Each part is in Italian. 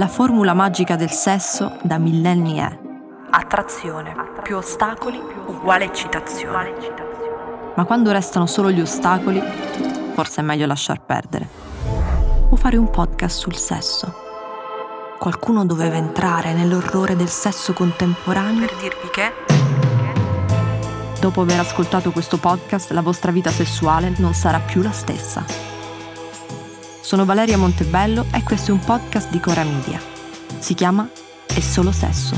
La formula magica del sesso da millenni è: attrazione più ostacoli uguale eccitazione. Ma quando restano solo gli ostacoli, forse è meglio lasciar perdere. O fare un podcast sul sesso. Qualcuno doveva entrare nell'orrore del sesso contemporaneo per dirvi che, dopo aver ascoltato questo podcast, la vostra vita sessuale non sarà più la stessa. Sono Valeria Montebello e questo è un podcast di Cora Media. Si chiama È solo sesso.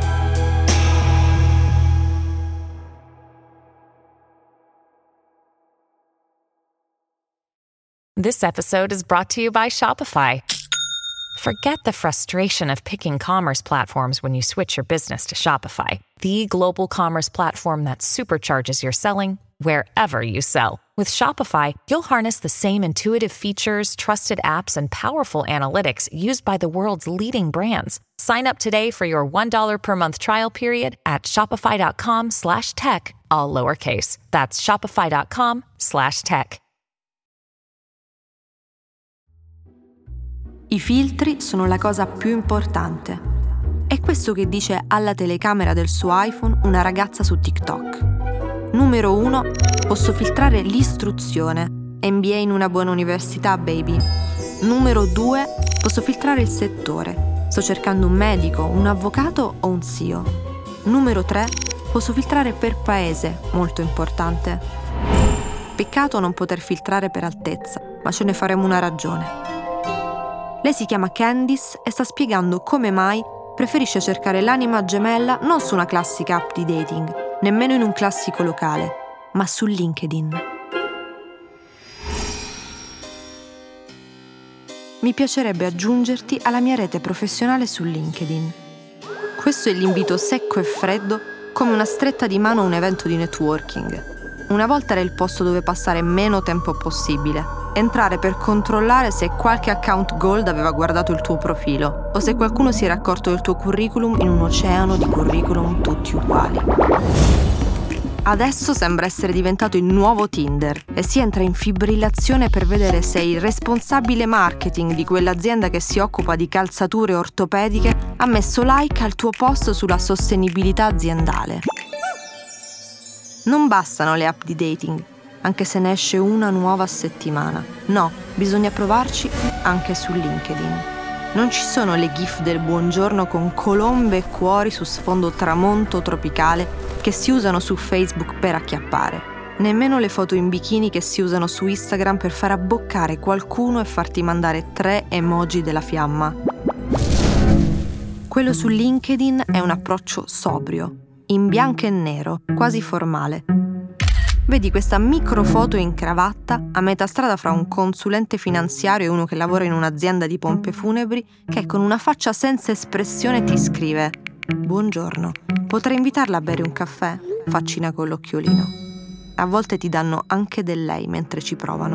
This episode is brought to you by Shopify. Forget the frustration of picking commerce platforms when you switch your business to Shopify, the global commerce platform that supercharges your selling wherever you sell. With Shopify, you'll harness the same intuitive features, trusted apps, and powerful analytics used by the world's leading brands. Sign up today for your $1 per month trial period at shopify.com/tech, all lowercase. That's shopify.com/tech. I filtri sono la cosa più importante. È questo che dice alla telecamera del suo iPhone una ragazza su TikTok. Numero 1. Posso filtrare l'istruzione. MBA in una buona università, baby. Numero 2. Posso filtrare il settore. Sto cercando un medico, un avvocato o un CEO. Numero 3. Posso filtrare per paese, molto importante. Peccato non poter filtrare per altezza, ma ce ne faremo una ragione. Lei si chiama Candice e sta spiegando come mai preferisce cercare l'anima gemella non su una classica app di dating, nemmeno in un classico locale, ma su LinkedIn. Mi piacerebbe aggiungerti alla mia rete professionale su LinkedIn. Questo è l'invito secco e freddo come una stretta di mano a un evento di networking. Una volta era il posto dove passare meno tempo possibile. Entrare per controllare se qualche account gold aveva guardato il tuo profilo o se qualcuno si era accorto del tuo curriculum in un oceano di curriculum tutti uguali. Adesso sembra essere diventato il nuovo Tinder e si entra in fibrillazione per vedere se il responsabile marketing di quell'azienda che si occupa di calzature ortopediche ha messo like al tuo post sulla sostenibilità aziendale. Non bastano le app di dating, anche se ne esce una nuova a settimana. No, bisogna provarci anche su LinkedIn. Non ci sono le gif del buongiorno con colombe e cuori su sfondo tramonto tropicale che si usano su Facebook per acchiappare. Nemmeno le foto in bikini che si usano su Instagram per far abboccare qualcuno e farti mandare 3 emoji della fiamma. Quello su LinkedIn è un approccio sobrio, in bianco e nero, quasi formale. Vedi questa microfoto in cravatta a metà strada fra un consulente finanziario e uno che lavora in un'azienda di pompe funebri che con una faccia senza espressione ti scrive: «Buongiorno, potrei invitarla a bere un caffè?» Faccina con l'occhiolino. A volte ti danno anche del lei mentre ci provano.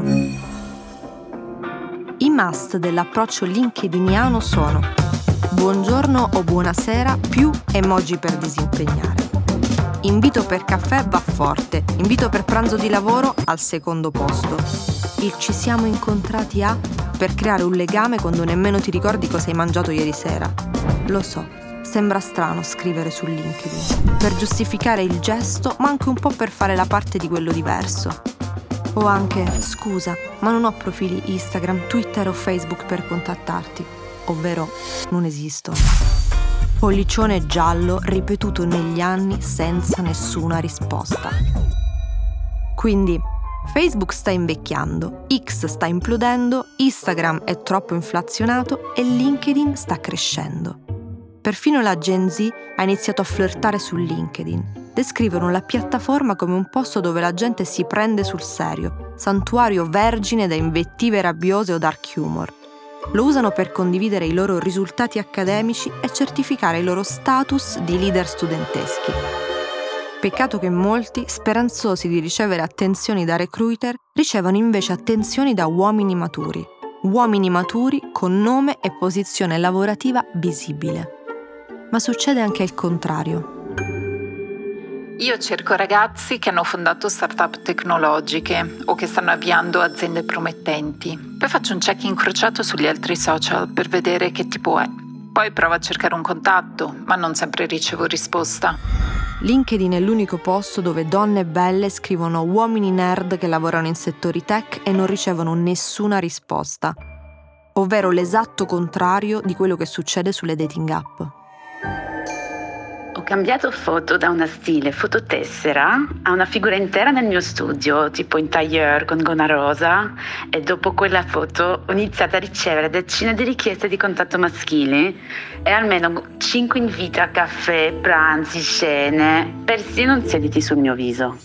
I must dell'approccio linkediniano sono: buongiorno o buonasera più emoji per disimpegnare. Invito per caffè va forte, invito per pranzo di lavoro al secondo posto. Il ci siamo incontrati a per creare un legame quando nemmeno ti ricordi cosa hai mangiato ieri sera. Lo so, sembra strano scrivere su LinkedIn, per giustificare il gesto, ma anche un po' per fare la parte di quello diverso. O anche, scusa, ma non ho profili Instagram, Twitter o Facebook per contattarti, ovvero non esistono. Pollicione giallo ripetuto negli anni senza nessuna risposta. Quindi Facebook sta invecchiando, X sta implodendo, Instagram è troppo inflazionato e LinkedIn sta crescendo. Perfino la Gen Z ha iniziato a flirtare su LinkedIn. Descrivono la piattaforma come un posto dove la gente si prende sul serio, santuario vergine da invettive rabbiose o dark humor. Lo usano per condividere i loro risultati accademici e certificare i loro status di leader studenteschi. Peccato che molti, speranzosi di ricevere attenzioni da recruiter, ricevono invece attenzioni da uomini maturi con nome e posizione lavorativa visibile. Ma succede anche il contrario. Io cerco ragazzi che hanno fondato start-up tecnologiche o che stanno avviando aziende promettenti. Poi faccio un check incrociato sugli altri social per vedere che tipo è. Poi provo a cercare un contatto, ma non sempre ricevo risposta. LinkedIn è l'unico posto dove donne belle scrivono uomini nerd che lavorano in settori tech e non ricevono nessuna risposta, ovvero l'esatto contrario di quello che succede sulle dating app. Ho cambiato foto da una stile fototessera a una figura intera nel mio studio, tipo in tailleur con gonna rosa, e dopo quella foto ho iniziato a ricevere decine di richieste di contatto maschili e almeno 5 inviti a caffè, pranzi, cene, persino insediti sul mio viso.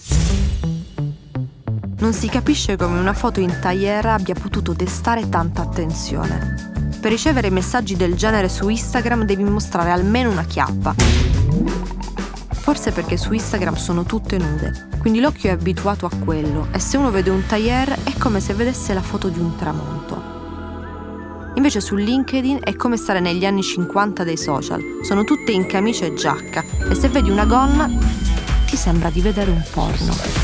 Non si capisce come una foto in tailleur abbia potuto destare tanta attenzione. Per ricevere messaggi del genere su Instagram devi mostrare almeno una chiappa. Forse perché su Instagram sono tutte nude, quindi l'occhio è abituato a quello e se uno vede un tailleur è come se vedesse la foto di un tramonto. Invece su LinkedIn è come stare negli anni 50 dei social, sono tutte in camicia e giacca e se vedi una gonna ti sembra di vedere un porno.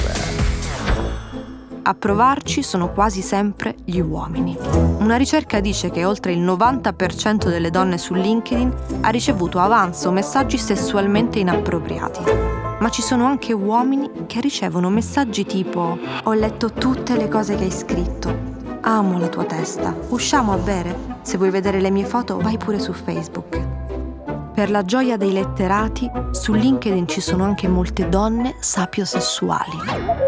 A provarci sono quasi sempre gli uomini. Una ricerca dice che oltre il 90% delle donne su LinkedIn ha ricevuto avanzo messaggi sessualmente inappropriati. Ma ci sono anche uomini che ricevono messaggi tipo: «Ho letto tutte le cose che hai scritto. Amo la tua testa. Usciamo a bere? Se vuoi vedere le mie foto, vai pure su Facebook». Per la gioia dei letterati, su LinkedIn ci sono anche molte donne sapiosessuali.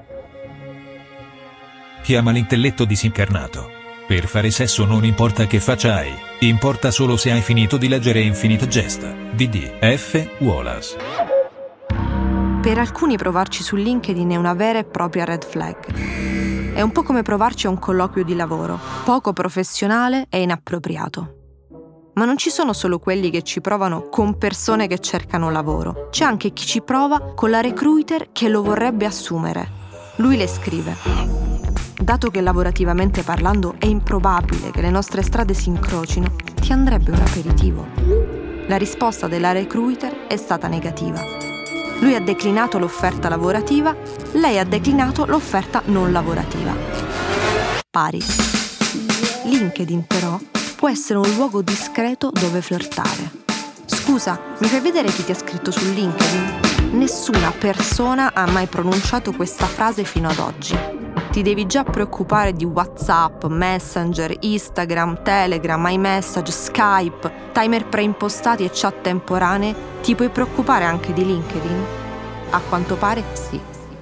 Chi ama l'intelletto disincarnato. Per fare sesso non importa che faccia hai, importa solo se hai finito di leggere Infinite Jest, di D.F. Wallace. Per alcuni provarci su LinkedIn è una vera e propria red flag. È un po' come provarci a un colloquio di lavoro, poco professionale e inappropriato. Ma non ci sono solo quelli che ci provano con persone che cercano lavoro, c'è anche chi ci prova con la recruiter che lo vorrebbe assumere. Lui le scrive: «Dato che lavorativamente parlando è improbabile che le nostre strade si incrocino, ti andrebbe un aperitivo?» La risposta della recruiter è stata negativa. Lui ha declinato l'offerta lavorativa, lei ha declinato l'offerta non lavorativa. Pari. LinkedIn però può essere un luogo discreto dove flirtare. «Scusa, mi fai vedere chi ti ha scritto su LinkedIn?» Nessuna persona ha mai pronunciato questa frase fino ad oggi. Ti devi già preoccupare di WhatsApp, Messenger, Instagram, Telegram, iMessage, Skype, timer preimpostati e chat temporanee? Ti puoi preoccupare anche di LinkedIn? A quanto pare sì.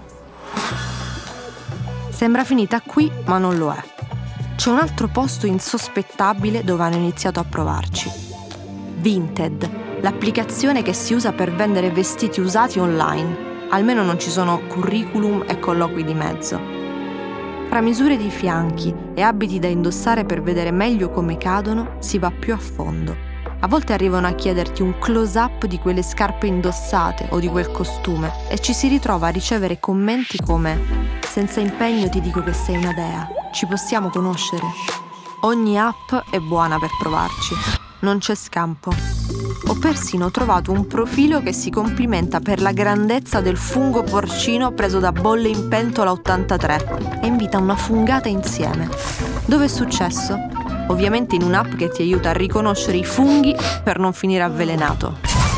Sembra finita qui, ma non lo è. C'è un altro posto insospettabile dove hanno iniziato a provarci. Vinted, l'applicazione che si usa per vendere vestiti usati online. Almeno non ci sono curriculum e colloqui di mezzo. Tra misure di fianchi e abiti da indossare per vedere meglio come cadono, si va più a fondo. A volte arrivano a chiederti un close-up di quelle scarpe indossate o di quel costume e ci si ritrova a ricevere commenti come: «Senza impegno ti dico che sei una dea, ci possiamo conoscere?» Ogni app è buona per provarci, non c'è scampo. Ho persino trovato un profilo che si complimenta per la grandezza del fungo porcino preso da Bolle in Pentola 83 e invita a una fungata insieme. Dove è successo? Ovviamente in un'app che ti aiuta a riconoscere i funghi per non finire avvelenato.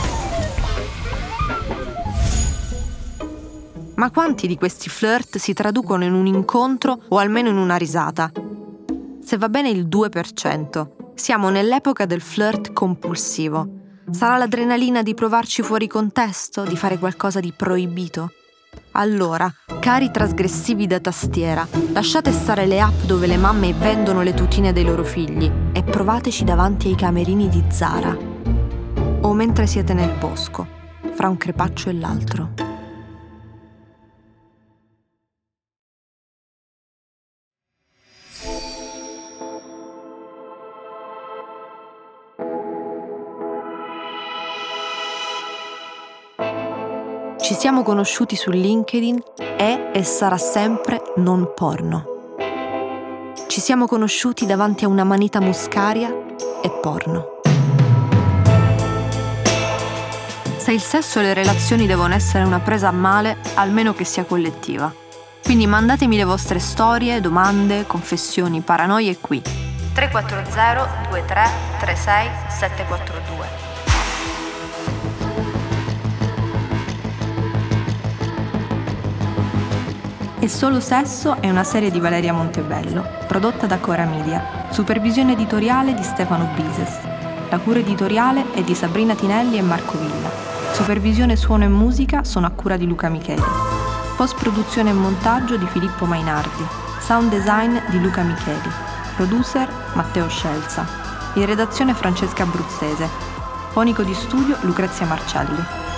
Ma quanti di questi flirt si traducono in un incontro o almeno in una risata? Se va bene il 2%. Siamo nell'epoca del flirt compulsivo. Sarà l'adrenalina di provarci fuori contesto, di fare qualcosa di proibito? Allora, cari trasgressivi da tastiera, lasciate stare le app dove le mamme vendono le tutine dei loro figli e provateci davanti ai camerini di Zara. O mentre siete nel bosco, fra un crepaccio e l'altro. Ci siamo conosciuti su LinkedIn è e sarà sempre non porno. Ci siamo conosciuti davanti a una manita muscaria e porno. Se il sesso e le relazioni devono essere una presa a male, almeno che sia collettiva. Quindi mandatemi le vostre storie, domande, confessioni, paranoie qui. 340 23 36 742. E Solo Sesso è una serie di Valeria Montebello, prodotta da Cora Media, supervisione editoriale di Stefano Bises. La cura editoriale è di Sabrina Tinelli e Marco Villa. Supervisione suono e musica sono a cura di Luca Micheli. Post-produzione e montaggio di Filippo Mainardi. Sound design di Luca Micheli. Producer Matteo Scelza. In redazione Francesca Abruzzese. Fonico di studio Lucrezia Marcelli.